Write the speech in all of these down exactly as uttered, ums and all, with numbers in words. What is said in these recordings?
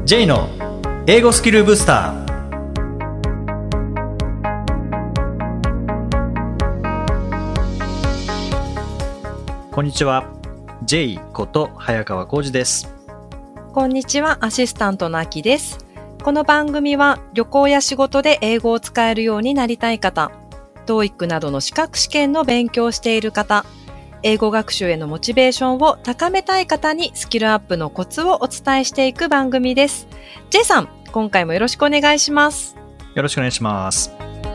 J の英語スキルブスター。こんにちは、 J こと早川浩二です。 こんにちは、アシスタントのあきです。この番組は旅行や仕事で英語を使えるようになりたい方、トーイック などの資格試験の勉強をしている方、英語学習へのモチベーションを高めたい方にスキルアップのコツをお伝えしていく番組です。 J さん、今回もよろしくお願いします。 よろしくお願いします。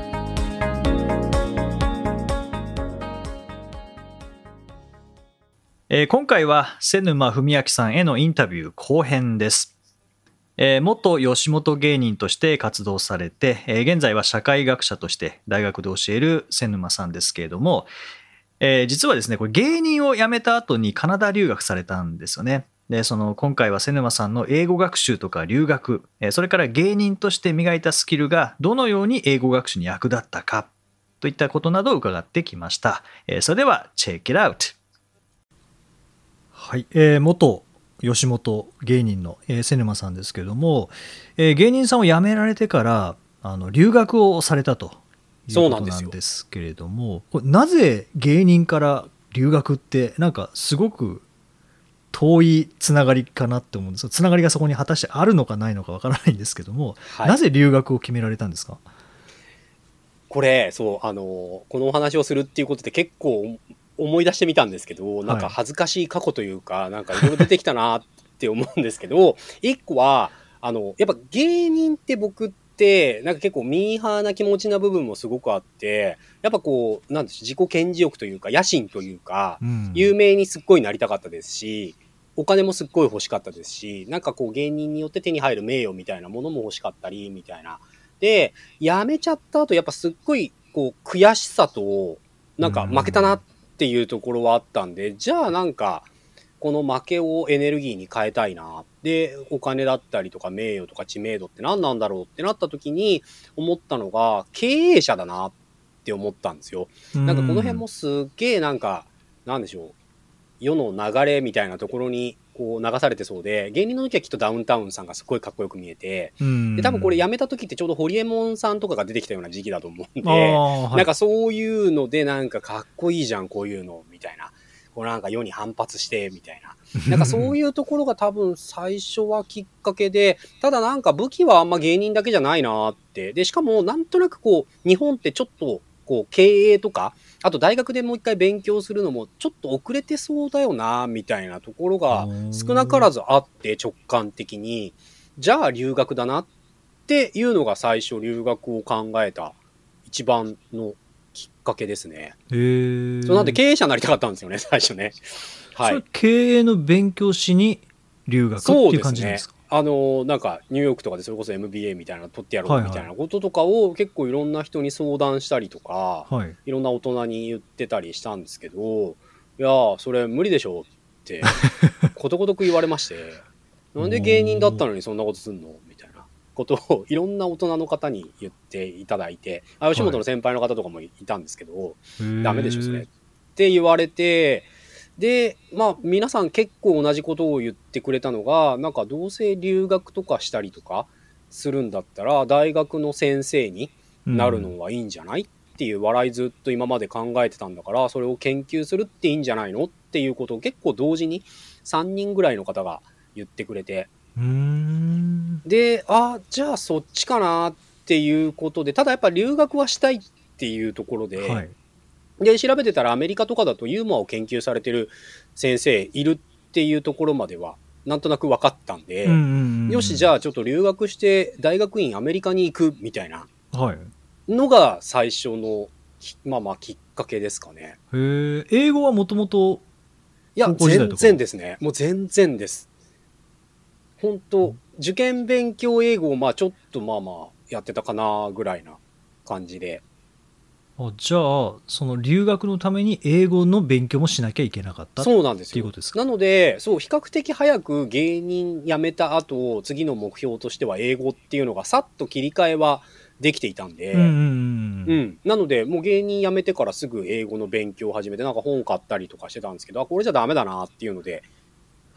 えー、今回は瀬沼文明さんへのインタビュー後編です。えー、元吉本芸人として活動されて、えー、現在は社会学者として大学で教える瀬沼さんですけれども、えー、実はですね、これ芸人を辞めた後にカナダ留学されたんですよね。で、その今回は瀬沼さんの英語学習とか留学、えー、それから芸人として磨いたスキルがどのように英語学習に役立ったかといったことなどを伺ってきました。えー、それではチェックイットアウト。はい、えー、元吉本芸人の、えー、瀬沼さんですけれども、えー、芸人さんを辞められてからあの留学をされたということなんですけれども、これなぜ芸人から留学ってなんかすごく遠いつながりかなって思うんですが、つながりがそこに果たしてあるのかないのかわからないんですけども、はい、なぜ留学を決められたんですか？ これそうあのこのお話をするっていうことで結構思い出してみたんですけど、なんか恥ずかしい過去というか、はい、なんかいろいろ出てきたなって思うんですけど一個はあのやっぱ芸人って僕ってなんか結構ミーハーな気持ちな部分もすごくあって、やっぱこうなんでしょう、自己顕示欲というか野心というか、うん、有名にすっごいなりたかったですし、お金もすっごい欲しかったですし、なんかこう芸人によって手に入る名誉みたいなものも欲しかったりみたいな。で辞めちゃった後やっぱすっごいこう悔しさとなんか負けたなっていうところはあったんで、じゃあなんかこの負けをエネルギーに変えたいな。で、お金だったりとか名誉とか知名度って何なんだろうってなった時に思ったのが経営者だなって思ったんですよ。なんかこの辺もすっげえなんかなんでしょう、世の流れみたいなところにこう流されてそうで、芸人の時はきっとダウンタウンさんがすごいかっこよく見えて、で多分これ辞めた時ってちょうどホリエモンさんとかが出てきたような時期だと思うんで、はい、なんかそういうのでなんかかっこいいじゃんこういうのみたいな、こうなんか世に反発してみたいな、なんかそういうところが多分最初はきっかけで、ただなんか武器はあんま芸人だけじゃないなって、でしかもなんとなくこう日本ってちょっとこう経営とかあと大学でもう一回勉強するのもちょっと遅れてそうだよなみたいなところが少なからずあって、直感的にじゃあ留学だなっていうのが最初留学を考えた一番のきっかけですね。へー。そうなんで経営者になりたかったんですよね最初ね。 はい、それ経営の勉強しに留学っていう感じなんですか？ あのなんかニューヨークとかでそれこそ エムビーエー みたいなの取ってやろうみたいなこととかを結構いろんな人に相談したりとか、はい、いろんな大人に言ってたりしたんですけど、いやそれ無理でしょってことごとく言われましてなんで芸人だったのにそんなことすんのみたいなことをいろんな大人の方に言っていただいて、あ吉本の先輩の方とかもいたんですけど、はい、ダメでしょそれって言われて、でまあ皆さん結構同じことを言ってくれたのが、なんかどうせ留学とかしたりとかするんだったら大学の先生になるのはいいんじゃない、うん、っていう笑いずっと今まで考えてたんだから、それを研究するっていいんじゃないのっていうことを結構同時にさんにんぐらいの方が言ってくれて、うーんであじゃあそっちかなっていうことで、ただやっぱ留学はしたいっていうところで、はい、で調べてたらアメリカとかだとユーモアを研究されてる先生いるっていうところまではなんとなく分かったんで、うんうんうん、よしじゃあちょっと留学して大学院アメリカに行くみたいなのが最初のまあまあきっかけですかね。 へー。英語はもともといや全然ですね、もう全然です。本当受験勉強英語をまあちょっとまあまあやってたかなぐらいな感じで。 あじゃあその留学のために英語の勉強もしなきゃいけなかったっていうことですか？ なのでそう比較的早く芸人辞めた後次の目標としては英語っていうのがさっと切り替えはできていたんで、うんうんうんうん、なのでもう芸人辞めてからすぐ英語の勉強を始めて、なんか本買ったりとかしてたんですけど、あこれじゃダメだなっていうので、はい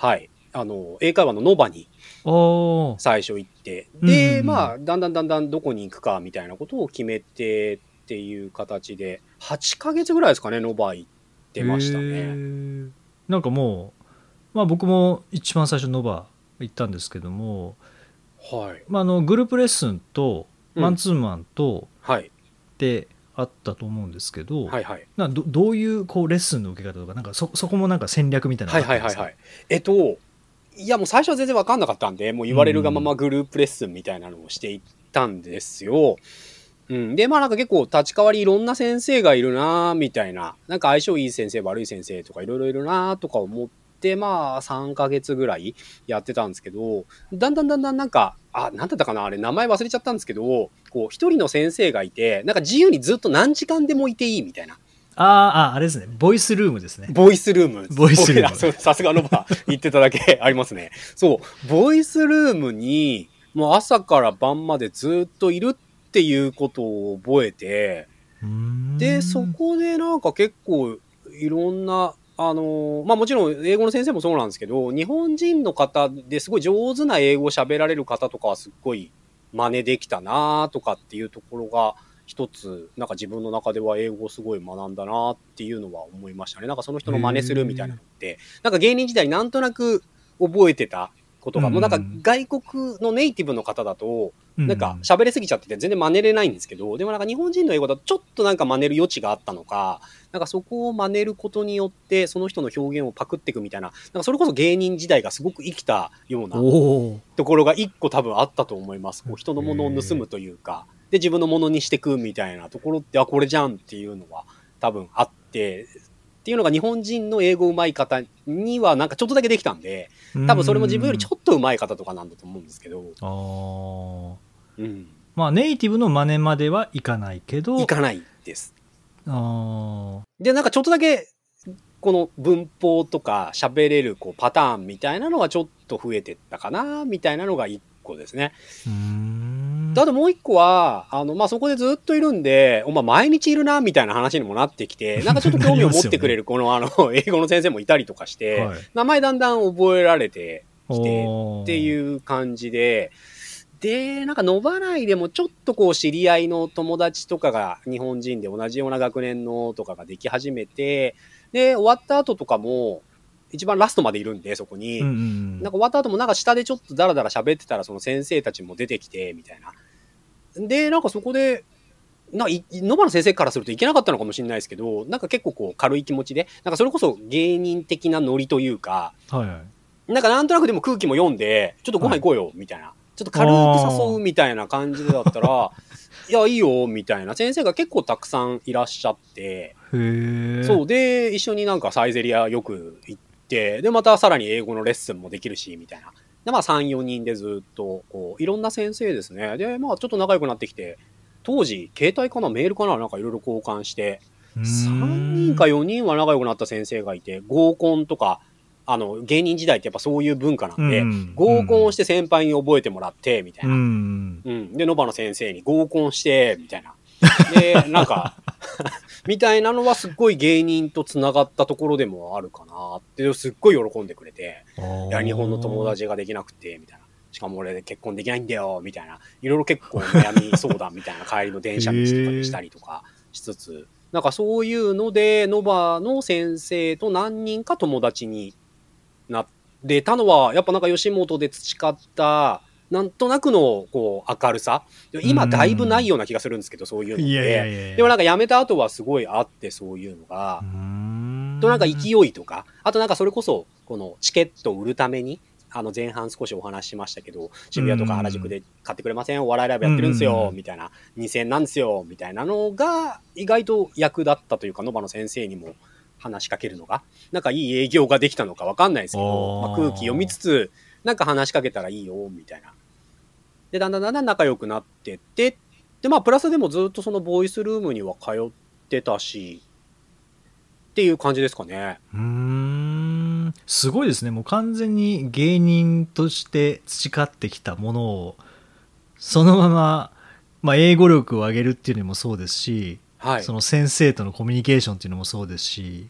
あの英会話のノバに最初行って、で、うん、まあだんだんだんだんどこに行くかみたいなことを決めてっていう形ではちかげつぐらいですかね、ノバ行ってましたね。 なんかもう、まあ、僕も一番最初ノバ行ったんですけども、 はい、 まあ、あのグループレッスンとマンツーマンと、 うん、はい、 であったと思うんですけど、 はいはい、 な ど, どういうこうレッスンの受け方とか、なんか そ, そこもなんか戦略みたいなのがあったんですか？ はいはいはいはい。えっといやもう最初は全然分かんなかったんで、もう言われるがままグループレッスンみたいなのをしていったんですよ。うん、でまあなんか結構立ち代わりいろんな先生がいるなみたいな、なんか相性いい先生悪い先生とかいろいろいるなとか思って、まあさんかげつぐらいやってたんですけど、だんだんだんだんなんかあなんだったかな、あれ名前忘れちゃったんですけど、こう一人の先生がいて、なんか自由にずっと何時間でもいていいみたいな。 ああ、あれですね。ボイスルームですね。 ボイスルーム。 ボイスルーム。 さすがノバ言ってただけありますね。そう。ボイスルームに、もう朝から晩までずっといるっていうことを覚えて、で、そこでなんか結構いろんな、あの、まあもちろん英語の先生もそうなんですけど、日本人の方ですごい上手な英語を喋られる方とかはすっごい真似できたなとかっていうところが、一つなんか自分の中では英語をすごい学んだなっていうのは思いましたね。なんかその人の真似するみたいなのってなんか芸人時代になんとなく覚えてたことが、もうなんか外国のネイティブの方だとなんか喋りすぎちゃってて全然真似れないんですけど、でもなんか日本人の英語だとちょっとなんか真似る余地があったのか、なんかそこを真似ることによってその人の表現をパクっていくみたいな、なんかそれこそ芸人時代がすごく生きたようなところが一個多分あったと思います。こう人のものを盗むというか、で自分のものにしてくみたいなところって、あこれじゃんっていうのは多分あって、っていうのが日本人の英語上手い方にはなんかちょっとだけできたんで、多分それも自分よりちょっと上手い方とかなんだと思うんですけど、 あ、 うん、 まあネイティブの真似まではいかないけど、 いかないです。 あでなんかちょっとだけこの文法とか喋れるこうパターンみたいなのはちょっと増えてったかなみたいなのが一個ですね。 うーん、 あともう一個はあの、まあ、そこでずっといるんで、お前毎日いるなみたいな話にもなってきて、なんかちょっと興味を持ってくれるこのあの英語の先生もいたりとかして、はい、名前だんだん覚えられてきてっていう感じで、でなんか野払いでもちょっとこう知り合いの友達とかが日本人で同じような学年のとかができ始めて、で終わった後とかも一番ラストまでいるんでそこに、うんうん、なんか終わった後もなんか下でちょっとダラダラ喋ってたらその先生たちも出てきてみたいな。でなんかそこでなんか野原先生からするといけなかったのかもしれないですけど、なんか結構こう軽い気持ちで、なんかそれこそ芸人的なノリというか、はいはい、なんかなんとなくでも空気も読んでちょっとご飯行こうよみたいな、はい、ちょっと軽く誘うみたいな感じでだったらいやいいよみたいな先生が結構たくさんいらっしゃって、へそうで一緒になんかサイゼリアよく行って、でまたさらに英語のレッスンもできるしみたいな。でまあ、さん、よにんでずっとこういろんな先生ですね。でまあちょっと仲良くなってきて、当時携帯かなメールかななんかいろいろ交換して、さんにんかよにんは仲良くなった先生がいて、合コンとかあの芸人時代ってやっぱそういう文化なんで、うん、合コンをして先輩に覚えてもらってみたいな、うんうん、でノバの先生に合コンしてみたいなでなんかみたいなのはすっごい芸人とつながったところでもあるかなってすっごい喜んでくれて、いや日本の友達ができなくてみたいな、しかも俺結婚できないんだよみたいな、いろいろ結構悩み相談みたいな帰りの電車道とかでしたりとかしつつ、なんかそういうのでノバの先生と何人か友達になってたのはやっぱなんか吉本で培ったなんとなくのこう明るさ、今だいぶないような気がするんですけど、そういうのって、いやいやいやいやでもなんか辞めた後はすごいあって、そういうのがうーんとなんか勢いとか、あとなんかそれこそこのチケットを売るためにあの前半少しお話ししましたけど、渋谷とか原宿で買ってくれません、お笑いライブやってるんですよみたいな、にせんえんなんですよみたいなのが意外と役立ったというか、野場の先生にも話しかけるのがなんかいい営業ができたのか分かんないですけど、まあ、空気読みつつなんか話しかけたらいいよみたいな。でだんだんだんだん仲良くなってって、でまあプラスでもずっとそのボイスルームには通ってたしっていう感じですかね。 うーん、すごいですね。もう完全に芸人として培ってきたものをそのまま、まあ、英語力を上げるっていうのもそうですし、はい、その先生とのコミュニケーションっていうのもそうですし、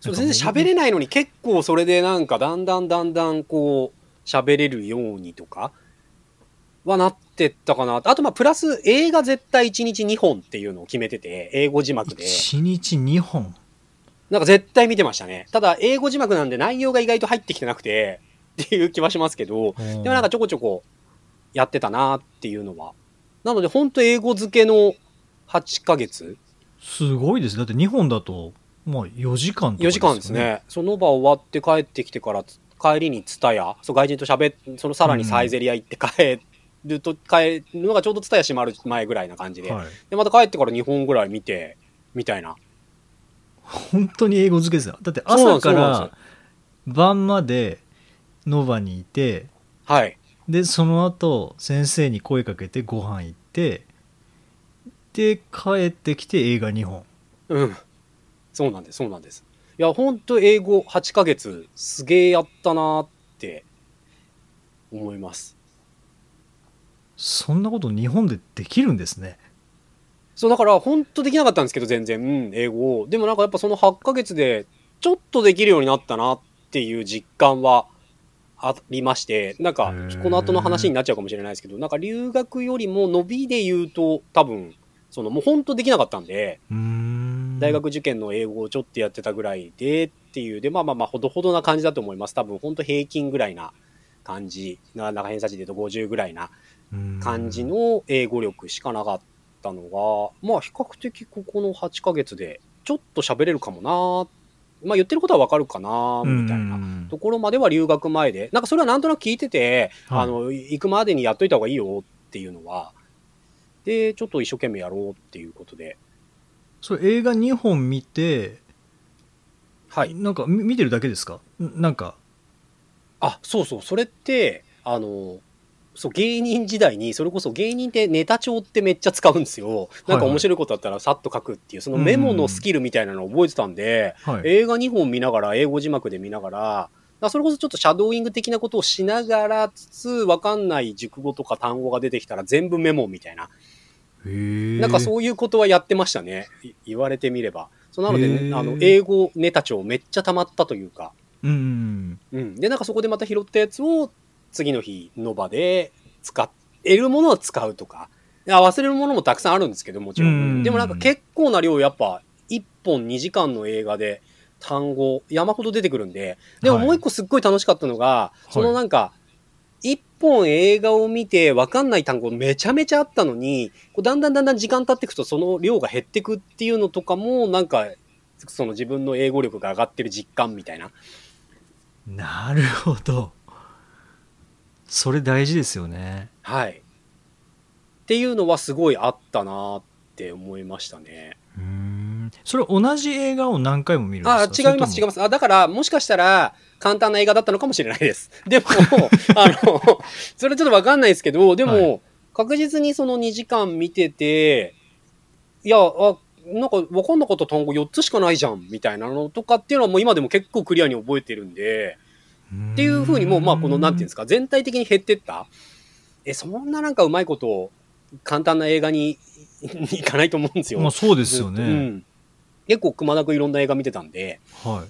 そう全然喋れないのに結構それでなんかだんだんだんだんこう喋れるようにとかはなってったかな。あとまあプラス映画絶対いちにちにほんっていうのを決めてて、英語字幕でいちにちにほんなんか絶対見てましたね。ただ英語字幕なんで内容が意外と入ってきてなくてっていう気はしますけど、でもなんかちょこちょこやってたなっていうのは。なので本当英語漬けのはちかげつ。 すごいです。だってにほんだとまあよじかんとかですよね。 よじかんですね。その場終わって帰ってきてから帰りにツタヤ、そう外人と喋ってそのさらにサイゼリア行って帰ると帰るのがちょうどツタヤ閉まる前ぐらいな感じで、はい、でまた帰ってからにほんぐらい見てみたいな。 本当に英語漬けですよ。だって朝から晩までノバにいて、 はい。 でその後先生に声かけてご飯行って、で帰ってきて映画にほん。 うん。そうなんですそうなんです。いや本当英語はちかげつすげえやったなって思います。 そんなこと日本でできるんですね。 そうだから本当できなかったんですけど全然、うん、英語をでもなんかやっぱそのはちかげつでちょっとできるようになったなっていう実感はありまして、なんかこの後の話になっちゃうかもしれないですけど、なんか留学よりも伸びで言うと多分そのもう本当できなかったんで、 うーん大学受験の英語をちょっとやってたぐらいでっていうでまあまあまあほどほどな感じだと思います。多分本当平均ぐらいな感じな中偏差値で言うとごじゅうぐらいな感じの英語力しかなかったのが、まあ比較的ここのはちかげつでちょっと喋れるかもな、まあ言ってることはわかるかなみたいなところまでは留学前でなんかそれはなんとなく聞いてて、はい、あの行くまでにやっといた方がいいよっていうのはでちょっと一生懸命やろうっていうことで、 それ映画にほん見て、 はい、 なんか見てるだけですか？なんかあそうそうそれってあのそう芸人時代にそれこそ芸人ってネタ帳ってめっちゃ使うんですよ。なんか面白いことあったらさっと書くっていうそのメモのスキルみたいなのを覚えてたんで、はい、映画にほん見ながら英語字幕で見ながらだそれこそちょっとシャドーイング的なことをしながらつつ分かんない熟語とか単語が出てきたら全部メモみたいな、 へなんかそういうことはやってましたね言われてみれば。そうなので、ね、あの英語ネタ帳めっちゃ溜まったというか、 うんうん、 でなんかそこでまた拾ったやつを次の日の場で使えるものを使うとか、忘れるものもたくさんあるんですけどもちろん、うん、でもなんか結構な量やっぱいっぽんにじかんの映画で単語山ほど出てくるんで、でももう一個すっごい楽しかったのが、はい、そのなんかいっぽん映画を見て分かんない単語めちゃめちゃあったのにこうだんだんだんだん時間経っていくとその量が減っていくっていうのとかもなんかその自分の英語力が上がってる実感みたいな。 なるほど、それ大事ですよね。 はい。っていうのはすごいあったなって思いましたね。 うーん、それ同じ映画を何回も見るんですか？あ、違います違います。あ、だからもしかしたら簡単な映画だったのかもしれないです。でもあのそれちょっと分かんないですけど、でも、はい、確実にそのにじかん見てて、いやあなんか分かんなかった単語よっつしかないじゃんみたいなのとかっていうのはもう今でも結構クリアに覚えてるんで、っていう風にもうまあこのなんていうんですか全体的に減ってった。えそんななんかうまいことを簡単な映画にいかないと思うんですよ。 まあそうですよね。 うん、結構くまなくいろんな映画見てたんで、 はい、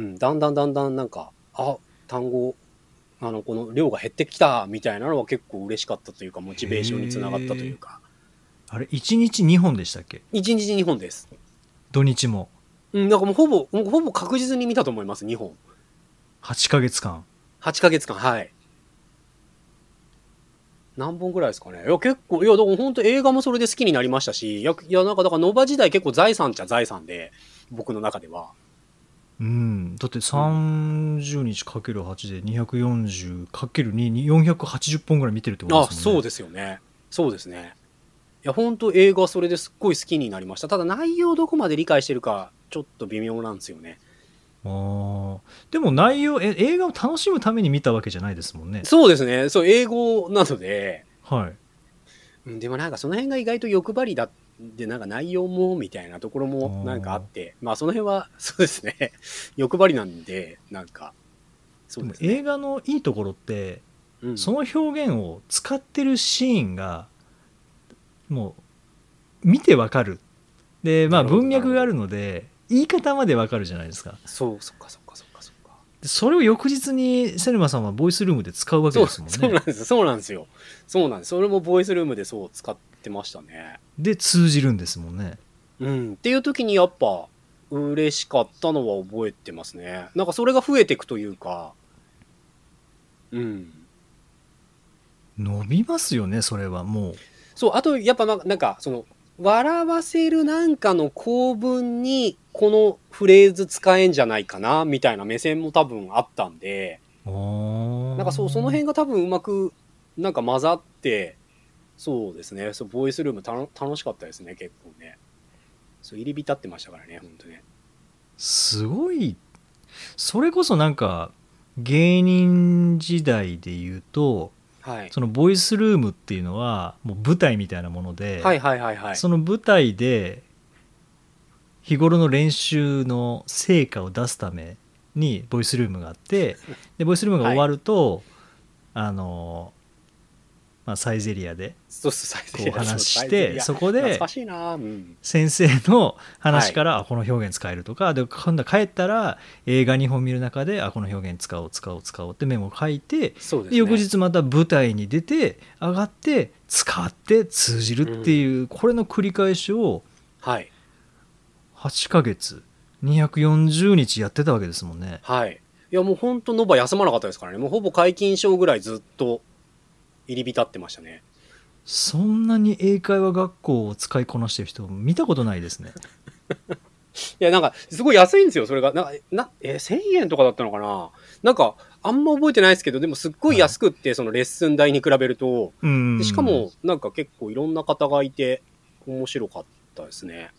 うん、だんだんだんだんなんかあ単語あのこの量が減ってきたみたいなのは結構嬉しかったというかモチベーションにつながったというか。 あれいちにちにほんでしたっけ？ いちにちにほんです。 土日も。 うん、なんかもうほぼほぼ確実に見たと思いますにほん。 はちかげつかん。 はちかげつかん、はい。何本ぐらいですかね。いや結構いやだから本当映画もそれで好きになりましたし、いやいやなんかだからノバ時代結構財産っちゃ財産で僕の中では。 うん、だってさんじゅうにちかけるはちでにひゃくよんじゅうかけるに よんひゃくはちじゅっぽんぐらい見てるってことですもんね。 あ、そうですよね。そうですね。いや本当映画それですっごい好きになりました。ただ内容どこまで理解してるかちょっと微妙なんですよね。 あでも内容え映画を楽しむために見たわけじゃないですもんね。 そうですね。そう英語なので、 はい、 でもなんかその辺が意外と欲張りだでなんか内容もみたいなところもなんかあって、まあその辺はそうですね欲張りなんでなんかそうですね。映画のいいところって、うん、その表現を使ってるシーンがもう見てわかるで、まあ、文脈があるので言い方までわかるじゃないですか。 そうそっかそっかそっかそっか。 でそれを翌日に瀬沼さんはボイスルームで使うわけですもんね。 そうそうなんですそうなんですよ。そうなんです。それもボイスルームでそう使ってましたね。 で通じるんですもんね。 うんっていう時にやっぱ嬉しかったのは覚えてますね。なんかそれが増えていくというか、うん。 伸びますよねそれはもう。 そうあとやっぱななんかその笑わせるなんかの構文にこのフレーズ使えんじゃないかなみたいな目線も多分あったんで、なんかそうその辺が多分うまくなんか混ざって、そうですね。そうボイスルームたの楽しかったですね結構ね。そう入り浸ってましたからね本当ね。 すごい。それこそなんか芸人時代で言うと、 はい、 そのボイスルームっていうのはもう舞台みたいなもので、 はいはいはいはい。 その舞台で日頃の練習の成果を出すためにボイスルームがあって、でボイスルームが終わると、はい、あのまあ、サイゼリアでこう話してそこで先生の話からあこの表現使えるとかで今度は帰ったら映画にほん見る中であこの表現使おう使おう使おうってメモを書いて、で翌日また舞台に出て上がって使って通じるっていうこれの繰り返しをはちかげつにひゃくよんじゅうにちやってたわけですもんね。 はい。いやもうほんとノバ休まなかったですからね。もうほぼ皆勤賞ぐらいずっと入り浸ってましたね。 そんなに英会話学校を使いこなしてる人見たことないですね。 いやなんかすごい安いんですよそれが。なんかなえせんえんとかだったのかな。なんかあんま覚えてないですけどでもすっごい安くって、はい、そのレッスン代に比べると、でしかもなんか結構いろんな方がいて面白かったですね。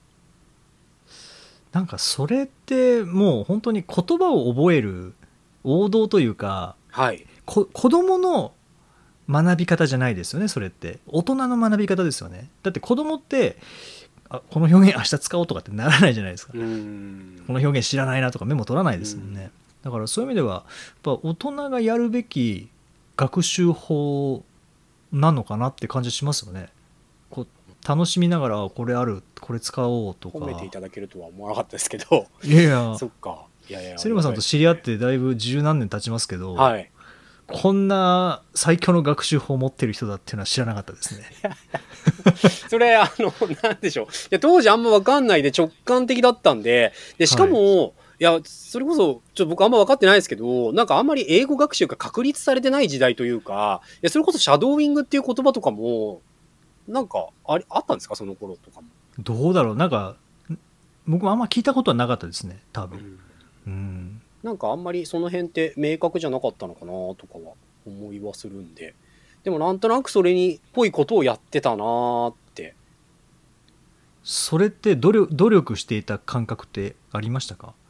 なんかそれってもう本当に言葉を覚える王道というか、 はい、 こ子供の学び方じゃないですよね。それって大人の学び方ですよね。だって子供ってあこの表現明日使おうとかってならないじゃないですか。うーんこの表現知らないなとかメモ取らないですもんね。だからそういう意味ではやっぱ大人がやるべき学習法なのかなって感じしますよね。こう楽しみながらこれあるこれ使おうとか褒めていただけるとは思わなかったですけどいやいやそっかいやいや瀬沼さんと知り合ってだいぶ十何年経ちますけど、 はい、 こんな最強の学習法を持ってる人だっていうのは知らなかったですね。 それあのなんでしょういや当時あんま分かんないで直感的だったんで、でしかも、はい、いやそれこそちょっと僕あんま分かってないですけどなんかあんまり英語学習が確立されてない時代というか、いやそれこそシャドーイングっていう言葉とかもなんかありあったんですかその頃とかも。 どうだろうなんか僕もあんま聞いたことはなかったですね多分、うんうん、 なんかあんまりその辺って明確じゃなかったのかなとかは思いはするんで、でもなんとなくそれにっぽいことをやってたなって。 それって努力、努力していた感覚ってありましたか？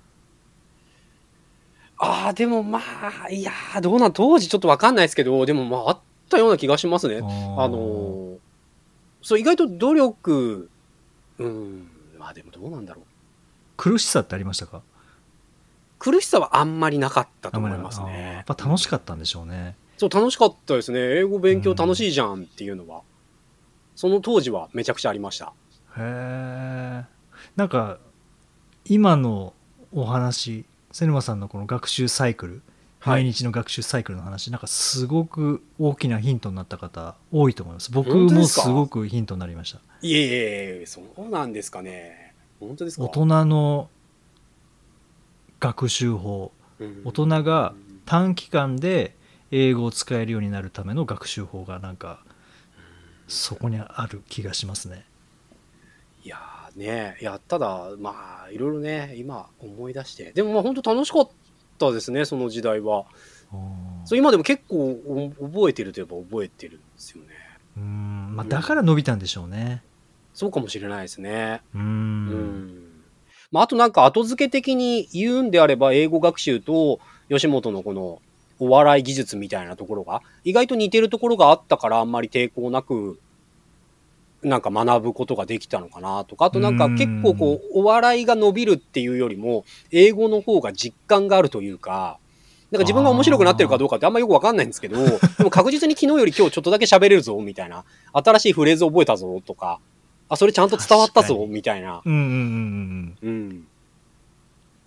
ああでもまあいやどうなん当時ちょっと分かんないですけどでもまああったような気がしますね。あのそう意外と努力うんまあでもどうなんだろう。 苦しさってありましたか？ 苦しさはあんまりなかったと思いますね。 やっぱ楽しかったんでしょうね。 そう楽しかったですね。英語勉強楽しいじゃんっていうのは、うん、その当時はめちゃくちゃありました。 へえ。なんか今のお話瀬沼さんのこの学習サイクル、はい、毎日の学習サイクルの話なんかすごく大きなヒントになった方多いと思います。僕もすごくヒントになりました。 いえいえそうなんですかね。本当ですか？ 大人の学習法、大人が短期間で英語を使えるようになるための学習法がなんかそこにある気がしますね。 いやねいやただまあいろいろね今思い出してでもまあ本当楽しかったですねその時代は。そう今でも結構覚えてるといえば覚えてるんですよね。 うーん、まあ、だから伸びたんでしょうね。 そうかもしれないですね。 うーんうんまあ、あとなんか後付け的に言うんであれば英語学習と吉本のこのお笑い技術みたいなところが意外と似てるところがあったからあんまり抵抗なくなんか学ぶことができたのかなとか、あとなんか結構こうお笑いが伸びるっていうよりも英語の方が実感があるというか、なんか自分が面白くなってるかどうかってあんまよくわかんないんですけど、でも確実に昨日より今日ちょっとだけ喋れるぞみたいな、新しいフレーズ覚えたぞとか、あそれちゃんと伝わったぞみたいな、 うんうんうんうん、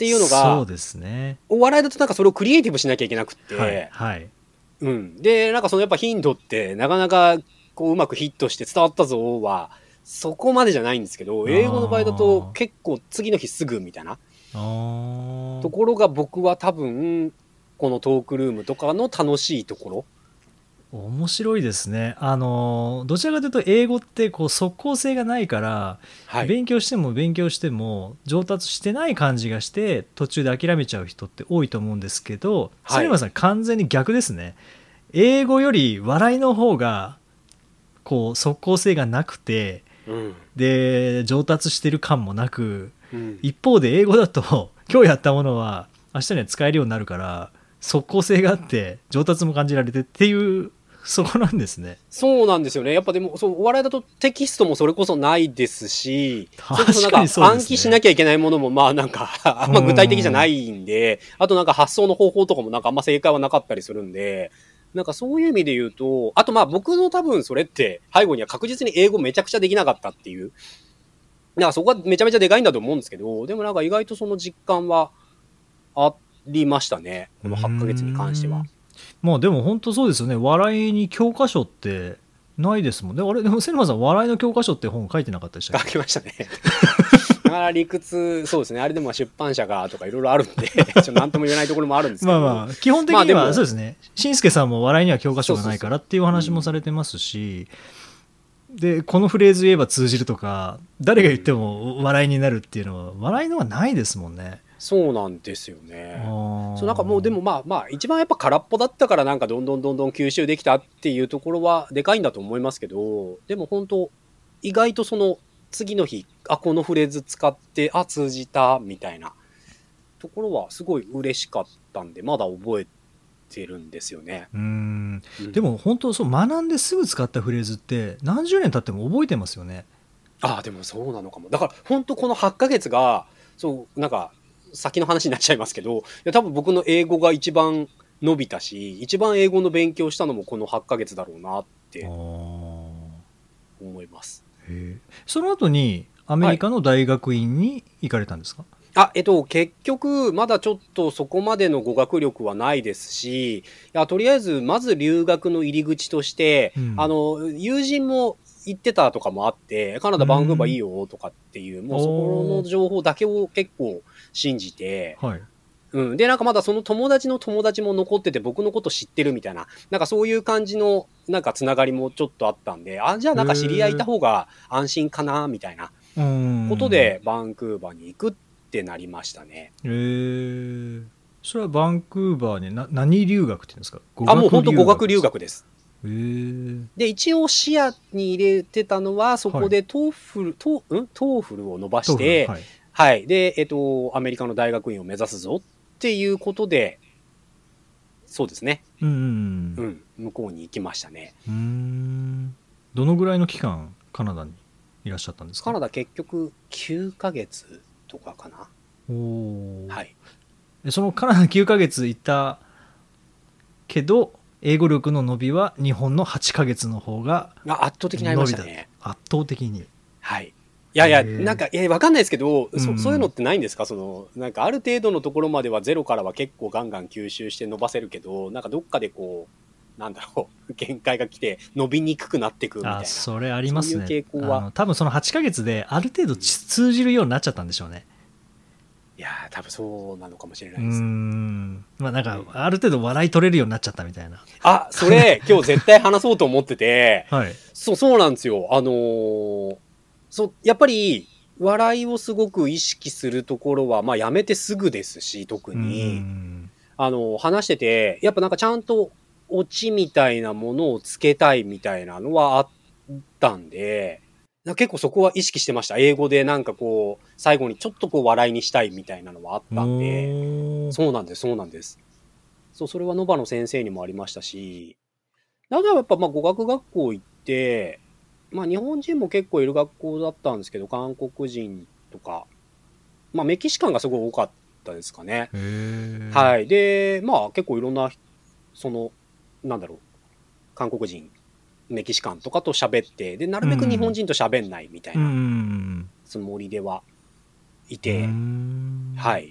っていうのが、 そうですね。 お笑いだとなんかそれをクリエイティブしなきゃいけなくって、 はいはいうん、でなんかそのやっぱ頻度ってなかなかこううまくヒットして伝わったぞはそこまでじゃないんですけど、英語の場合だと結構次の日すぐみたいなところが僕は多分このトークルームとかの楽しいところ。 面白いですね。あのどちらかというと英語ってこう即効性がないから、はい、勉強しても勉強しても上達してない感じがして途中で諦めちゃう人って多いと思うんですけど、はい、反町さん完全に逆ですね。英語より笑いの方がこう即効性がなくて、うん、で上達してる感もなく、うん、一方で英語だと今日やったものは明日には使えるようになるから即効性があって上達も感じられてっていうそこなんですね。 そうなんですよね。やっぱでもそうお笑いだとテキストもそれこそないですし、 確かにそうですね、 暗記しなきゃいけないものもまあなんかあんま具体的じゃないんで、あとなんか発想の方法とかもなんかあんま正解はなかったりするんで、なんかそういう意味で言うと、あとまあ僕の多分それって背後には確実に英語めちゃくちゃできなかったっていう、なんかそこがめちゃめちゃでかいんだと思うんですけど、でもなんか意外とその実感はありましたね、このはちかげつに関しては。 まあでも本当そうですよね。笑いに教科書ってないですもんね。あれでも瀬沼さん笑いの教科書って本書いてなかったでしたっけ？ 書きましたね。だから理屈そうですね。あれでも出版社がとかいろいろあるんで、ちょっと何とも言えないところもあるんですけど。 まあまあ基本的にはそうですね。紳助さんも笑いには教科書がないからっていう話もされてますし、でこのフレーズ言えば通じるとか誰が言っても笑いになるっていうのは笑いのはないですもんね。 そうなんですよね。そうなんかもうでもまあまあ一番やっぱ空っぽだったからなんかどんどんどんどん吸収できたっていうところはでかいんだと思いますけど、でも本当意外とその次の日あこのフレーズ使ってあ通じたみたいなところはすごい嬉しかったんでまだ覚えてるんですよね。 うーん、うん、でも本当そう学んですぐ使ったフレーズって何十年経っても覚えてますよね。 ああでもそうなのかも。だから本当このはちかげつがそうなんか先の話になっちゃいますけど、いや多分僕の英語が一番伸びたし一番英語の勉強したのもこのはちかげつだろうなって思います。 へその後にアメリカの大学院に行かれたんですか？ はい、あえっと結局まだちょっとそこまでの語学力はないですし、いやとりあえずまず留学の入り口として、うん、あの友人も行ってたとかもあってカナダバンクーバーいいよとかっていう、もうそこの情報だけを結構信じて、はいうん、でなんかまだその友達の友達も残ってて僕のこと知ってるみたいななんかそういう感じのなんかつながりもちょっとあったんで、あじゃあなんか知り合いいた方が安心かなみたいなことでバンクーバーに行くってなりましたね。 へーそれはバンクーバーにな何留学っていうんですか？ 語学留学あもう本当語学留学です。 へーで一応視野に入れてたのはそこでトーフル、トー、んトーフルを伸ばして、はいはい、で、えっと、アメリカの大学院を目指すぞっていうことで、そうですね。うん、うん、向こうに行きましたね。 うーんどのぐらいの期間カナダにいらっしゃったんですか？ カナダ結局きゅうかげつとかかな。 おはい。 そのカナダきゅうかげついたけど英語力の伸びは日本のはちかげつの方が圧倒的にありましたね。 圧倒的に。 はい。いやいやなんかいや分かんないですけど、うん、そ, そういうのってないんですか？そのなんかある程度のところまではゼロからは結構ガンガン吸収して伸ばせるけど、なんかどっかでこうなんだろう限界が来て伸びにくくなっていくみたいな。 あそれありますね。 そういう傾向はあの多分そのはちかげつである程度通じるようになっちゃったんでしょうね。 いや多分そうなのかもしれないです。 うーんまあなんかある程度笑い取れるようになっちゃったみたいな。 あそれ今日絶対話そうと思ってて、 はい、 そうそうなんですよ。あのー、そうやっぱり笑いをすごく意識するところは、まあ、やめてすぐですし特にあの話しててやっぱなんかちゃんとオチみたいなものをつけたいみたいなのはあったんで結構そこは意識してました。英語でなんかこう最後にちょっとこう笑いにしたいみたいなのはあったんで。そうなんですそうなんですそうそれはノバの先生にもありましたし、あとはやっぱまあ語学学校行ってまあ日本人も結構いる学校だったんですけど韓国人とかまあメキシカンがすごい多かったですかね。はいでまあ結構いろんなそのなんだろう韓国人メキシカンとかと喋ってでなるべく日本人と喋んないみたいなつもりではいて、はい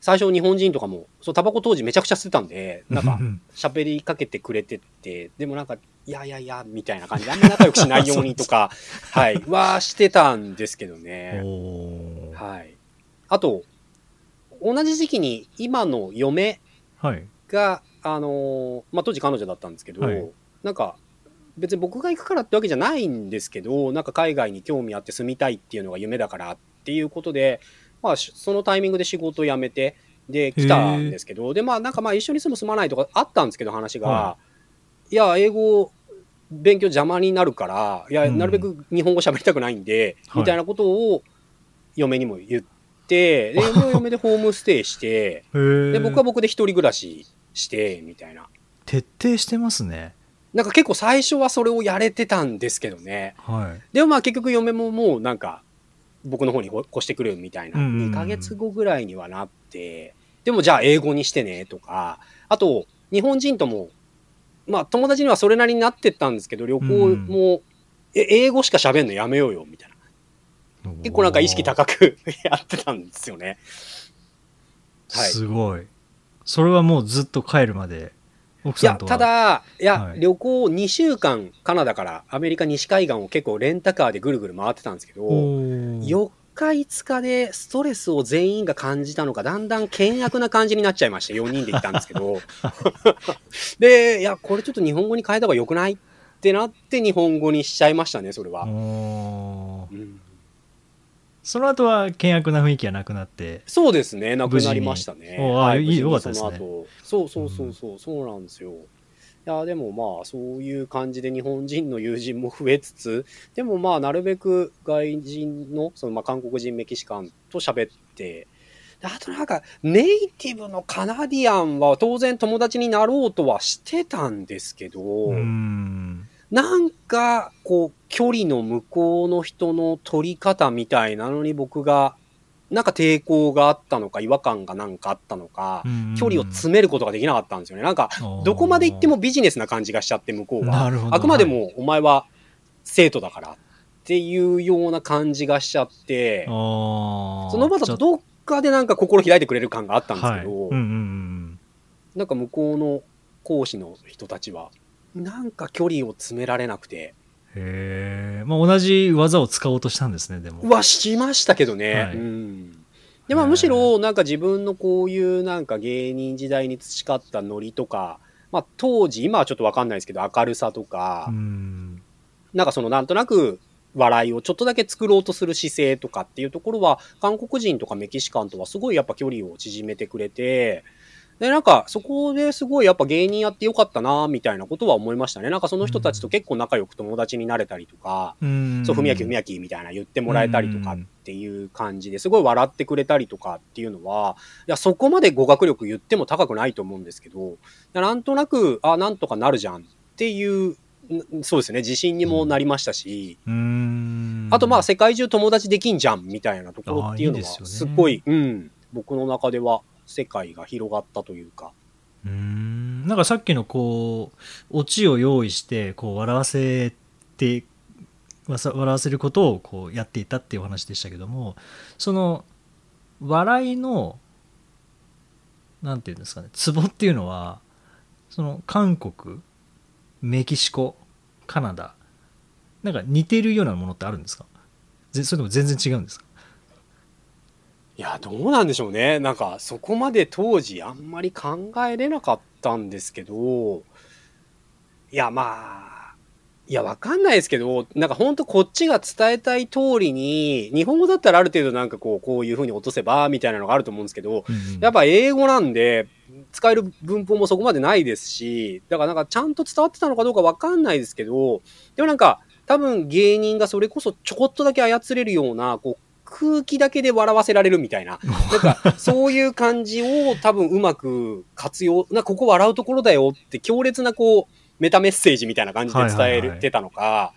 最初日本人とかも、そう、タバコ当時めちゃくちゃ吸ってたんで、なんか、喋りかけてくれてて、でもなんか、いやいやいや、みたいな感じで、あんま仲良くしないようにとか、はい、はしてたんですけどね。はい。あと、同じ時期に今の嫁が、はい、あの、まあ、当時彼女だったんですけど、はい、なんか、別に僕が行くからってわけじゃないんですけど、なんか海外に興味あって住みたいっていうのが夢だからっていうことで、まあ、そのタイミングで仕事を辞めて、で、来たんですけど、で、まあ、なんかまあ、一緒に住む住まないとかあったんですけど、話が、はい、いや、英語、勉強邪魔になるから、いや、なるべく日本語喋りたくないんで、うん、みたいなことを嫁にも言って、で、嫁は嫁でホームステイして、で、僕は僕で一人暮らしして、みたいな。 徹底してますね。 なんか結構最初はそれをやれてたんですけどね。はい、でもまあ結局嫁ももうなんか僕の方に越してくるみたいな、うんうんうん、にかげつごぐらいにはなって、でもじゃあ英語にしてねとか、あと日本人とも、まあ友達にはそれなりになってったんですけど、旅行も、うん、え英語しか喋んのやめようよみたいな。結構なんか意識高くやってたんですよね。 はい、すごい。それはもうずっと帰るまで。 いや、ただ、いや、はい、旅行にしゅうかんカナダからアメリカ西海岸を結構レンタカーでぐるぐる回ってたんですけど、よっかいつかでストレスを全員が感じたのか、だんだん険悪な感じになっちゃいまして、よにんで行ったんですけど。で、いや、これちょっと日本語に変えた方がよくないってなって日本語にしちゃいましたね、それは。うん、 その後は険悪な雰囲気はなくなって。 そうですね、なくなりましたね。 はい、よかったですね。 そうそうそうそう、うん、そうなんですよ。いや、でもまあ、そういう感じで日本人の友人も増えつつ、でもまあ、なるべく外人の、そのまあ、韓国人、メキシカンと喋って、あとなんか、ネイティブのカナディアンは当然友達になろうとはしてたんですけど、うーんなんか、こう、距離の向こうの人の取り方みたいなのに僕が、なんか抵抗があったのか、違和感がなんかあったのか、距離を詰めることができなかったんですよね。なんか、どこまで行ってもビジネスな感じがしちゃって、向こうは。あくまでも、お前は生徒だからっていうような感じがしちゃって、その場だとどっかでなんか心開いてくれる感があったんですけど、なんか向こうの講師の人たちは、なんか距離を詰められなくて。 へー、まあ、同じ技を使おうとしたんですね、でも。 はしましたけどね。はい、うん、で、まあ、むしろなんか自分のこういうなんか芸人時代に培ったノリとか、まあ、当時今はちょっと分かんないですけど明るさとか、うん、なんかそのなんとなく笑いをちょっとだけ作ろうとする姿勢とかっていうところは韓国人とかメキシカンとはすごいやっぱ距離を縮めてくれて。で、なんか、そこですごいやっぱ芸人やってよかったなみたいなことは思いましたね。なんかその人たちと結構仲良く友達になれたりとか、うん、そう、ふみやきふみやきみたいな言ってもらえたりとかっていう感じですごい笑ってくれたりとかっていうのは、いや、そこまで語学力言っても高くないと思うんですけど、なんとなく、あ、なんとかなるじゃんっていう、そうですね、自信にもなりましたし、うん、あとまあ世界中友達できんじゃんみたいなところっていうのは、すっごい、うん、僕の中では、世界が広がったというか。 うーん、なんかさっきのこうオチを用意してこう笑わせて笑わせることをこうやっていたっていうお話でしたけども、その笑いのなんていうんですかね、ツボっていうのはその韓国、メキシコ、カナダなんか似てるようなものってあるんですか？それとも全然違うんですか？ いや、どうなんでしょうね。なんか、そこまで当時あんまり考えれなかったんですけど、いや、まあ、いや、わかんないですけど、なんかほんとこっちが伝えたい通りに、日本語だったらある程度なんかこう、こういう風に落とせば、みたいなのがあると思うんですけど、うんうん、やっぱ英語なんで、使える文法もそこまでないですし、だからなんかちゃんと伝わってたのかどうかわかんないですけど、でもなんか、多分芸人がそれこそちょこっとだけ操れるような、こう、空気だけで笑わせられるみたいな。なんか、そういう感じを多分うまく活用、な、ここ笑うところだよって強烈なこう、メタメッセージみたいな感じで伝えてたのか、はいはいはい、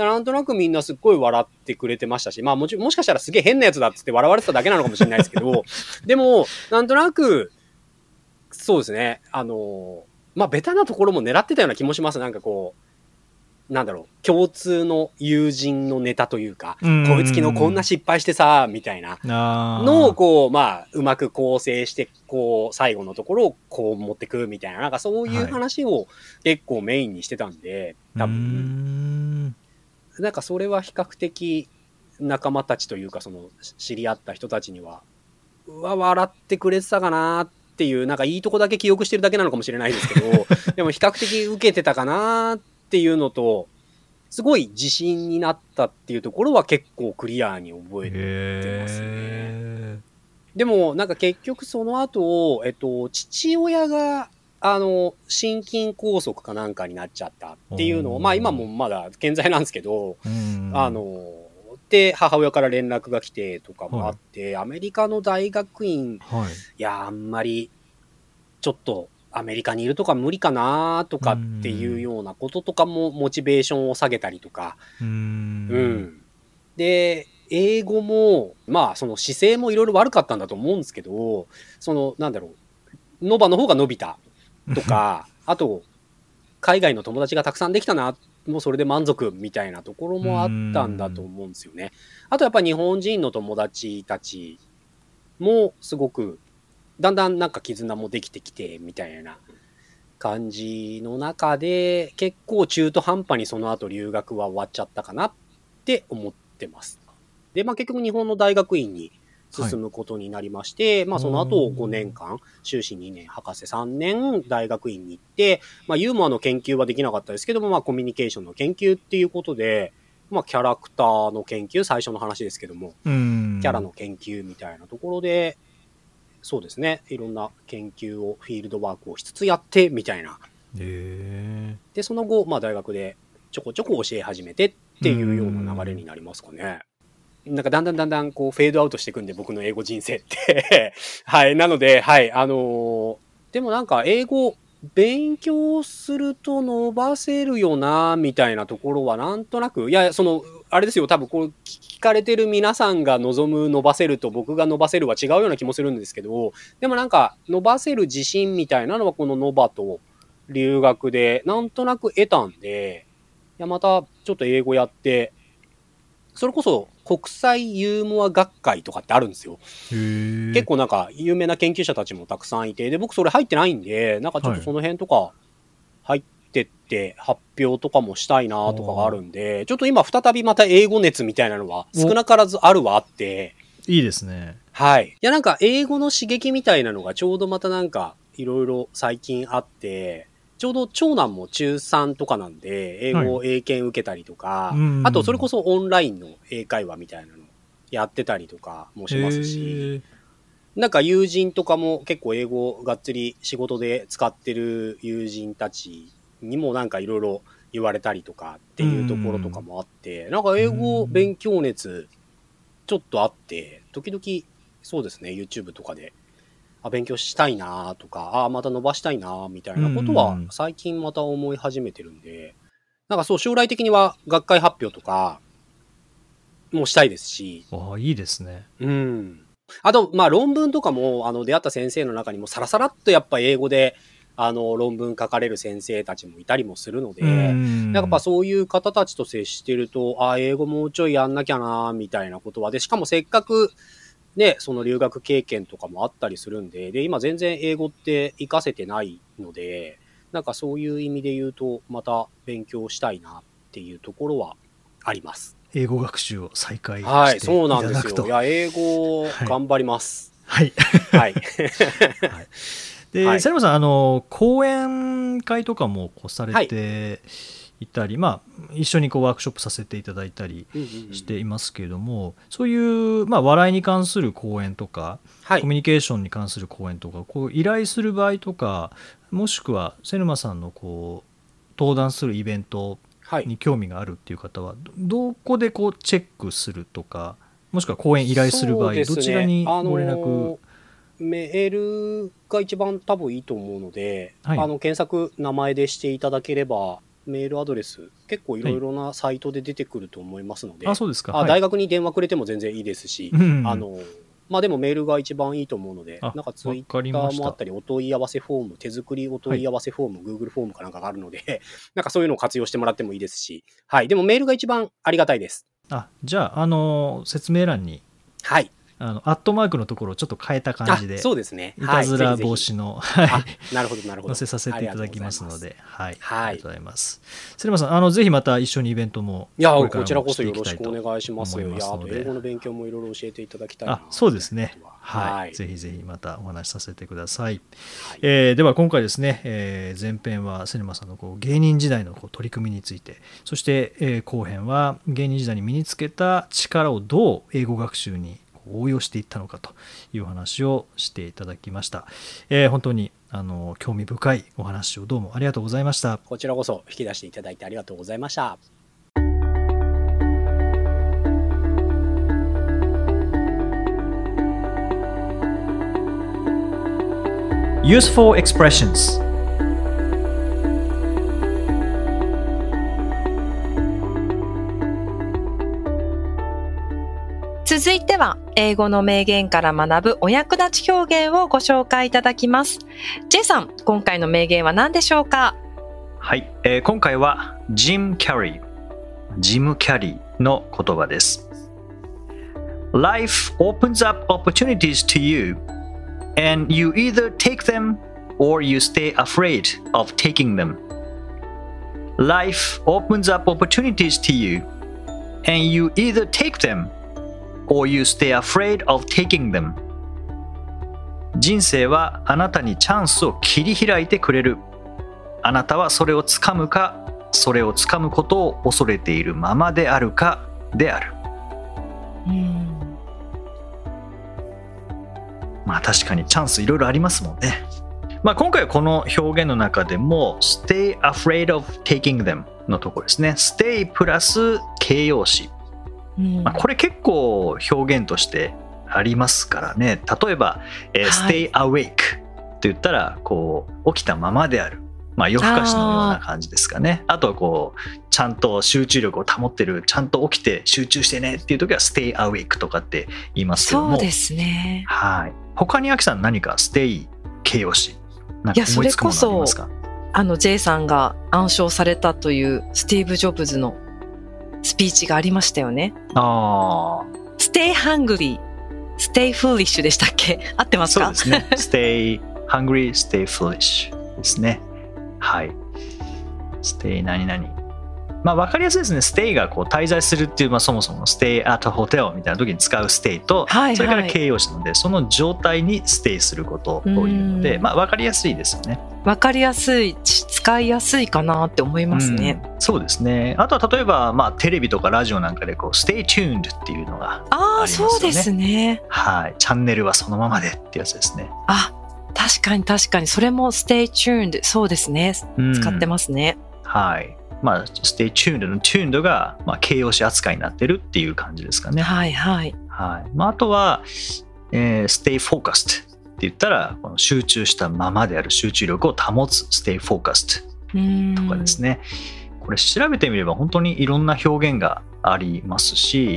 なんとなくみんなすっごい笑ってくれてましたし、まあもちもしかしたらすげえ変なやつだっつって笑われてただけなのかもしれないですけど、でも、なんとなく、そうですね、あの、まあベタなところも狙ってたような気もします。なんかこう、 なんだろう、共通の友人のネタというか、 うんこいつ昨日こんな失敗してさ、みたいなあーのをこう、まあ、うまく構成して、こう、最後のところをこう持ってくみたいな、なんかそういう話を結構メインにしてたんで、多うー分、 んなんかそれは比較的仲間たちというか、その知り合った人たちには、うわ、笑ってくれてたかなっていう、なんかいいとこだけ記憶してるだけなのかもしれないですけど、でも比較的受けてたかなっていうのと、すごい自信になったっていうところは結構クリアに覚えてますね。 へでもなんか結局その後、えっと、父親が、あの、心筋梗塞かなんかになっちゃったっていうのを、 おーまあ今もまだ健在なんですけど、 ーうんあの、で、母親から連絡が来てとかもあって、アメリカの大学院、 はいいや、あんまり、ちょっと、アメリカにいるとか無理かなとかっていうようなこととかも、モチベーションを下げたりとか、 うーんうん。で、英語も、まあ、その姿勢もいろいろ悪かったんだと思うんですけど、その、なんだろう、ノバの方が伸びたとか、あと、海外の友達がたくさんできたな、もうそれで満足みたいなところもあったんだと思うんですよね。あとやっぱ日本人の友達たちもすごく、だんだんなんか絆もできてきてみたいな感じの中で、結構中途半端にその後留学は終わっちゃったかなって思ってます。で、まあ結局日本の大学院に進むことになりまして、はい、まあその後ごねんかん、修士にねん、博士さんねん大学院に行って、まあユーモアの研究はできなかったですけども、まあコミュニケーションの研究っていうことで、まあキャラクターの研究、最初の話ですけども、キャラの研究みたいなところで、そうですね、いろんな研究を、フィールドワークをしつつやって、みたいな。 へで、その後、まあ大学でちょこちょこ教え始めてっていうような流れになりますかね。なんかだんだんだんだんこうフェードアウトしていくんで、僕の英語人生ってはい。なので、はい。あのー、でもなんか英語勉強すると伸ばせるよな、みたいなところはなんとなく、いや、その、あれですよ、多分こう聞かれてる皆さんが望む伸ばせると僕が伸ばせるは違うような気もするんですけど、でもなんか伸ばせる自信みたいなのはこのノバと留学でなんとなく得たんで、いや、またちょっと英語やって、それこそ国際ユーモア学会とかってあるんですよ。結構なんか有名な研究者たちもたくさんいて、で、僕それ入ってないんで、なんかちょっとその辺とか入ってって発表とかもしたいなとかがあるんで、はい、ちょっと今再びまた英語熱みたいなのは少なからずあるはあって、 いいですね。 はい。いやなんか英語の刺激みたいなのがちょうどまたなんかいろいろ最近あって、ちょうど長男も中さんとかなんで、英語を英検受けたりとか、はい、あとそれこそオンラインの英会話みたいなのやってたりとかもしますし、なんか友人とかも結構英語をがっつり仕事で使ってる友人たちにもなんかいろいろ言われたりとかっていうところとかもあって、なんか英語勉強熱ちょっとあって、時々そうですね、YouTube とかであ勉強したいなとか、あまた伸ばしたいなみたいなことは最近また思い始めてるんで、なんかそう将来的には学会発表とかもしたいですし。 ああ、いいですね。 うん。あと、まあ論文とかも、あの出会った先生の中にもサラサラっとやっぱ英語で、あの論文書かれる先生たちもいたりもするので、なんかやっぱそういう方たちと接してると、あ英語もうちょいやんなきゃなみたいなことは、で、しかもせっかく、ね、その留学経験とかもあったりするんで、で、今全然英語って活かせてないので、なんかそういう意味で言うと、また勉強したいなっていうところはあります。 英語学習を再開していただくと。 はい、そうなんですよ。いや、英語頑張ります。 はい。 はい。はい。 で、 はい、 瀬山さん、あの、講演会とかもこうされていたり、はい、まあ、一緒にこうワークショップさせていただいたりしていますけれども、うんうんうん、そういう、まあ、笑いに関する講演とか、はい、コミュニケーションに関する講演とか、こう依頼する場合とか、もしくは瀬沼さんのこう登壇するイベントに興味があるっていう方は、はい、どこでこうチェックするとか、もしくは講演依頼する場合、ね、どちらにご連絡、あのーメールが一番多分いいと思うので、はい、あの検索名前でしていただければメールアドレス結構いろいろなサイトで出てくると思いますので、 はい、あそうですか、 あ、 はい、 大学に電話くれても全然いいですし、うん、あのまあでもメールが一番いいと思うので、 あなんかツイッタわかりましたーもあったり、お問い合わせフォーム、手作りお問い合わせフォーム、Google フォームかなんかがあるので、なんかそういうのを活用してもらってもいいですし、はい。でもメールが一番ありがたいです。 あ、じゃあ、あの説明欄に、 はい。 あのアットマークのところをちょっと変えた感じで、 そうですね。 いたずら防止の、はい、 あ、なるほどなるほど。 載せさせていただきますので、はい、 はい、 ありがとうございます。セレマさん、あのぜひまた一緒にイベントもいやこれからもこちらこそしていよろしくおきたいと思い願いします。いや、あとますので、 英語の勉強もいろいろ教えていただきたいな。 あ、そうですね。はい、 はい、 ぜひぜひまたお話しさせてください。 はい、 えー、では今回ですね、えー、前編はセレマさんのこう芸人時代のこう取り組みについて、そして、えー、後編は芸人時代に身につけた力をどう英語学習に応用していったのかという話をしていただきました。えー、本当にあの興味深いお話をどうもありがとうございました。 こちらこそ引き出していただいてありがとうございました。 Useful expressions。 続いては英語の名言から学ぶお役立ち表現をご紹介いただきます。 J さん、今回の名言は何でしょうか？ はい、えー、今回はジム・キャリージム・キャリーの言葉です。 Life opens up opportunities to you and you either take them or you stay afraid of taking them. Life opens up opportunities to you and you either take them or you stay afraid of taking them. 人生はあなたにチャンスを切り開いてくれる。あなたはそれをつかむか、それをつかむことを恐れているままであるかである。 うん、 まあ確かにチャンスいろいろありますもんね。まあ今回はこの表現の中でも stay afraid of taking them のところですね。stay プラス形容詞。まあ、これ結構表現としてありますからね。例えば、えーはい、stay awake って言ったらこう起きたままである、まあ、夜更かしのような感じですかね。 あ, あとはこうちゃんと集中力を保ってる、ちゃんと起きて集中してねっていう時は stay awake とかって言いますけども、 そうですね。 はい。他にアキさん何か stay 形容詞なんか思いつくものありますか？ いや、それこそあの J さんが暗唱されたというスティーブ・ジョブズのスピーチがありましたよね。 ああ。 Stay hungry, stay foolish でしたっけ？合ってますか？ そうですね。Stay hungry, stay foolish ですね。はい。Stay 何々。まあ分かりやすいですね。Stay がこう滞在するっていう、まあ、そもそも Stay at a hotel みたいな時に使う Stay と、はいはい、それから形容詞なので、その状態に Stay することを言うので、まあ分かりやすいですよね。 分かりやすい、使いやすいかなって思いますね。 うん、そうですね。あとは例えば、まあ、テレビとかラジオなんかでこう Stay tuned っていうのがありますよね。あ、そうですね。はい。チャンネルはそのままでってやつですね。 あ、確かに確かに。それも Stay tuned。そうですね。使ってますね。 うん、はい。まあ、Stay tuned の tuned が、まあ、形容詞扱いになってるっていう感じですかね。はいはい。はい。まあ、あとは、えー、Stay focused。って言ったらこの集中したままである、集中力を保つ stay focused とかですね。これ調べてみれば本当にいろんな表現がありますし、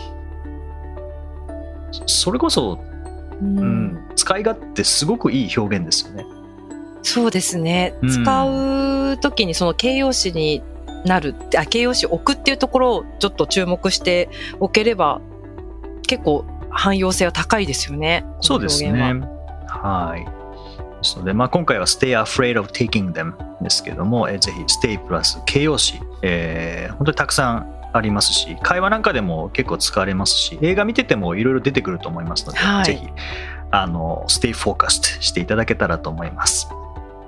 それこそ、うん、使い勝手すごくいい表現ですよね。 そうですね。使う時にその形容詞になる、あ、形容詞を置くっていうところをちょっと注目しておければ結構汎用性は高いですよね。 そうですね。はい。ですので、まあ、今回は Stay afraid of taking them ですけども、えぜひ Stay プラス形容詞、えー、本当にたくさんありますし、会話なんかでも結構使われますし、映画見ててもいろいろ出てくると思いますので、はい、ぜひあの Stay focused していただけたらと思います。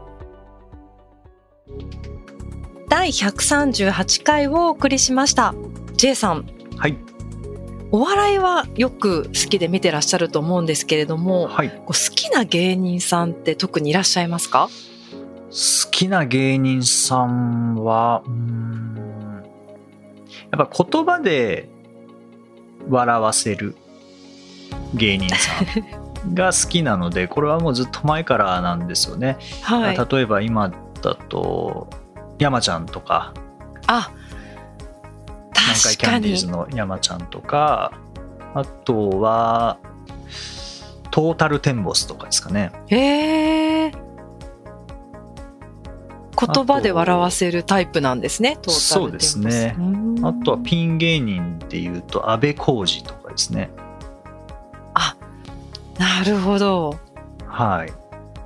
だいひゃくさんじゅうはちかいをお送りしました。 J さん、 はい、 お笑いはよく好きで見てらっしゃると思うんですけれども、はい、好きな芸人さんって特にいらっしゃいますか？ 好きな芸人さんはうーんやっぱ言葉で笑わせる芸人さんが好きなのでこれはもうずっと前からなんですよね。はい、例えば今だと山ちゃんとか、 あ、 南海キャンディーズの山ちゃんとか、あとはトータルテンボスとかですかね。 へえ。言葉で笑わせるタイプなんですね、トータルテンボス。 そうですね。あとはピン芸人でいうと安倍浩二とかですね。 あ、なるほど。 はい。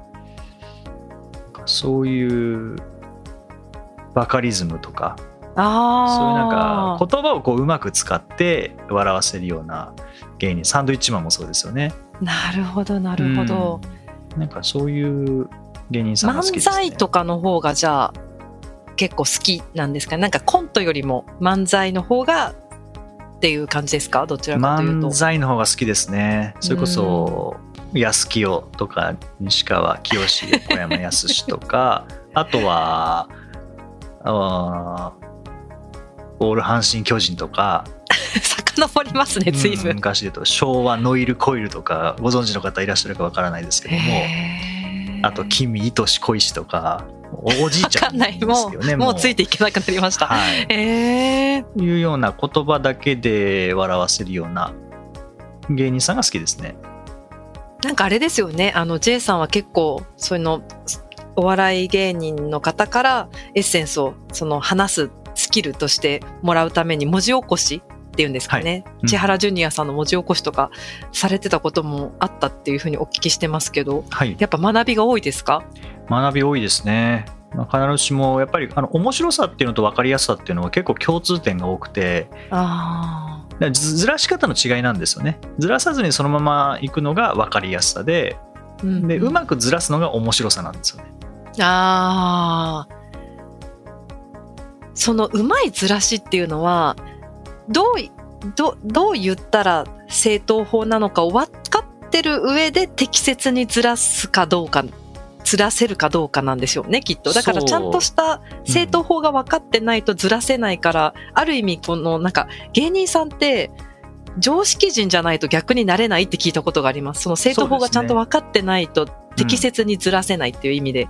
そういうバカリズムとか、 あ、 そういうなんか言葉をこううまく使って笑わせるような芸人、サンドイッチマンもそうですよね。 なるほどなるほど、 うん、なんかそういう芸人さんが好きですね。 漫才とかの方がじゃあ結構好きなんですかね。なんかコントよりも漫才の方がっていう感じですか、どちらかというと。 漫才の方が好きですね。それこそ安清とか西川きよし、小山やすしとかあとはあオール阪神巨人とか遡りますね、随分、 うん、昔で言うと昭和ノイルコイルとかご存知の方いらっしゃるかわからないですけども、あと君愛し小石とか お, おじいちゃんですけどね。 もうもうついていけなくなりました、 はい、 えー、 いうような言葉だけで笑わせるような芸人さんが好きですね。 なんかあれですよね、あの J さんは結構そういうのお笑い芸人の方からエッセンスをその話すスキルとしてもらうために文字起こしっていうんですかね、はい、千原ジュニアさんの文字起こしとかされてたこともあったっていうふうにお聞きしてますけど、はい、やっぱ学びが多いですか？ 学び多いですね。まあ、必ずしもやっぱりあの面白さっていうのと分かりやすさっていうのは結構共通点が多くて、あだず, ずらし方の違いなんですよね。ずらさずにそのままいくのが分かりやすさで、うん、でうまくずらすのが面白さなんですよね。 ああ、そのうまいずらしっていうのはどうどどう言ったら正当法なのかを分かってる上で適切にずらすかどうか、ずらせるかどうかなんでしょうね、きっと。だからちゃんとした正当法が分かってないとずらせないから、うん、ある意味このなんか芸人さんって常識人じゃないと逆になれないって聞いたことがあります。その正当法がちゃんと分かってないと適切にずらせないっていう意味で、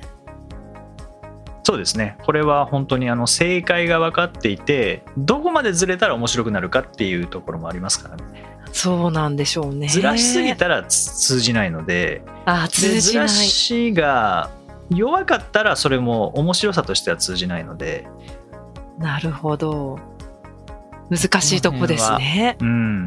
そうですね。これは本当にあの正解が分かっていて、どこまでずれたら面白くなるかっていうところもありますからね。 そうなんでしょうね。 ずらしすぎたら通じないので、 あ、通じない。 ずらしが弱かったらそれも面白さとしては通じないので。 なるほど。難しいとこですね。 うん、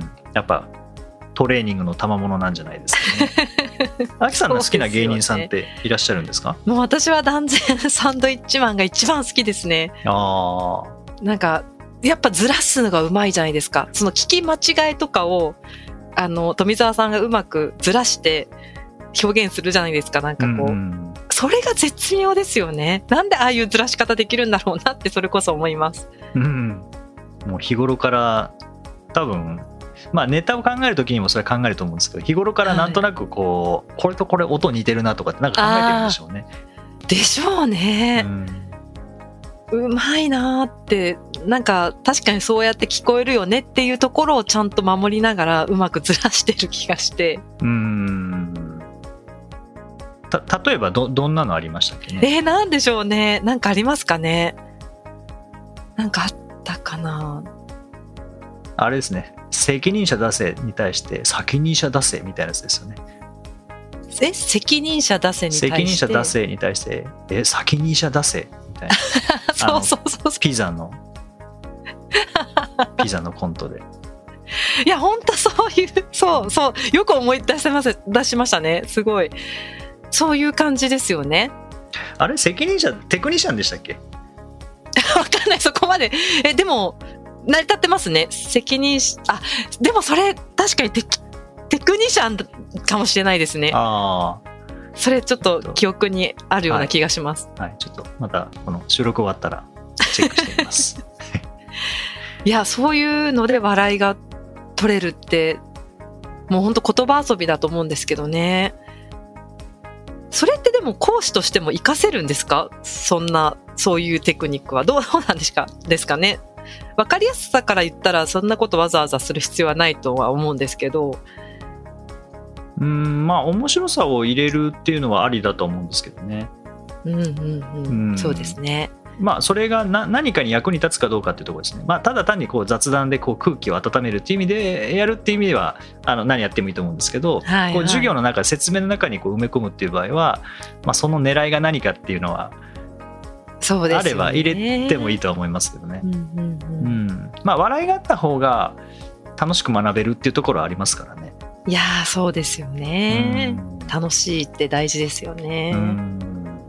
やっぱトレーニングの賜物なんじゃないですかね。あきさんの好きな芸人さんっていらっしゃるんですか？ もう私は断然サンドイッチマンが一番好きですね。 あ、 なんかやっぱずらすのがうまいじゃないですか。その聞き間違いとかをあの富澤さんがうまくずらして表現するじゃないですか。なんかこう、うん、それが絶妙ですよね。なんでああいうずらし方できるんだろうなってそれこそ思います。 うん、もう日頃から多分まあネタを考えるときにもそれ考えると思うんですけど、日頃からなんとなくこう、はい、これとこれ音似てるなとかってなんか考えてるんでしょうね。 でしょうね。うん、うまいなって、なんか確かにそうやって聞こえるよねっていうところをちゃんと守りながらうまくずらしてる気がして。うーん。 た例えば ど, どんなのありましたっけね。 えー、なんでしょうね。なんかありますかね。なんかあったかな。 あれですね。責任者出せに対して責任者出せみたいなやつですよね。 え、責任者出せに対して責任者出せに対してえ責任者出せみたいな。 そうそうそうそう。 ピザのピザのコントで。 いや本当そういうそうそうよく思い出せます出しましたね。すごいそういう感じですよね。 あれ責任者テクニシャンでしたっけ？ わかんない、そこまで。えでも成り立ってますね。責任しあでもそれ確かにテテクニシャンかもしれないですね。ああ、それちょっと記憶にあるような気がします。 はい、はい、ちょっとまたこの収録終わったらチェックしてみます。 いやそういうので笑いが取れるってもう本当言葉遊びだと思うんですけどね。それってでも講師としても活かせるんですか？そんなそういうテクニックはどうなんですかですかね。分かりやすさから言ったらそんなことわざわざする必要はないとは思うんですけど、 うーんまあ面白さを入れるっていうのはありだと思うんですけどね。 うんうんうん、うん、そうですね。 まあ、それがな何かに役に立つかどうかっていうところですね。まあ、ただ単にこう雑談でこう空気を温めるっていう意味でやるっていう意味ではあの何やってもいいと思うんですけど、 はいはい、 こう授業の中説明の中にこう埋め込むっていう場合は、まあ、その狙いが何かっていうのはそうですよね、 あれば入れてもいいとは思いますけどね。 うんうんうんうんまあ、笑いがあった方が楽しく学べるっていうところはありますからね。 いやーそうですよね、 うん楽しいって大事ですよね。 うん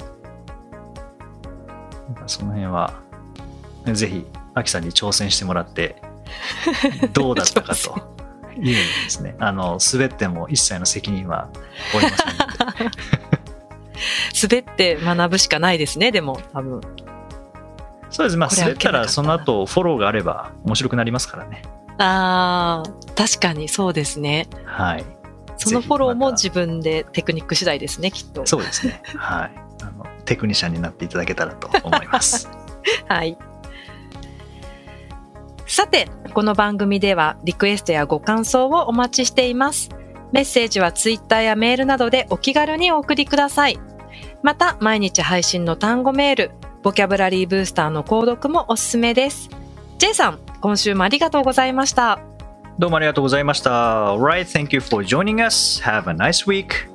その辺はぜひアキさんに挑戦してもらってどうだったかというのですね。あの滑っても一切の責任は負いませんので滑って学ぶしかないですね。でも多分そうです。まあこれは滑ったらその受けなかったな後フォローがあれば面白くなりますからね。 あー確かにそうですね。 はい。 そのフォローもぜひ自分でテクニック次第ですねきっと。 そうですね。はい。あのテクニシャンになっていただけたらと思います。 はい。さて、この番組ではリクエストやご感想をお待ちしています。メッセージはツイッターやメールなどでお気軽にお送りください。また、毎日配信の単語メール、ボキャブラリーブースターの購読もおすすめです。J さん、今週もありがとうございました。 どうもありがとうございました。Alright, thank you for joining us. Have a nice week.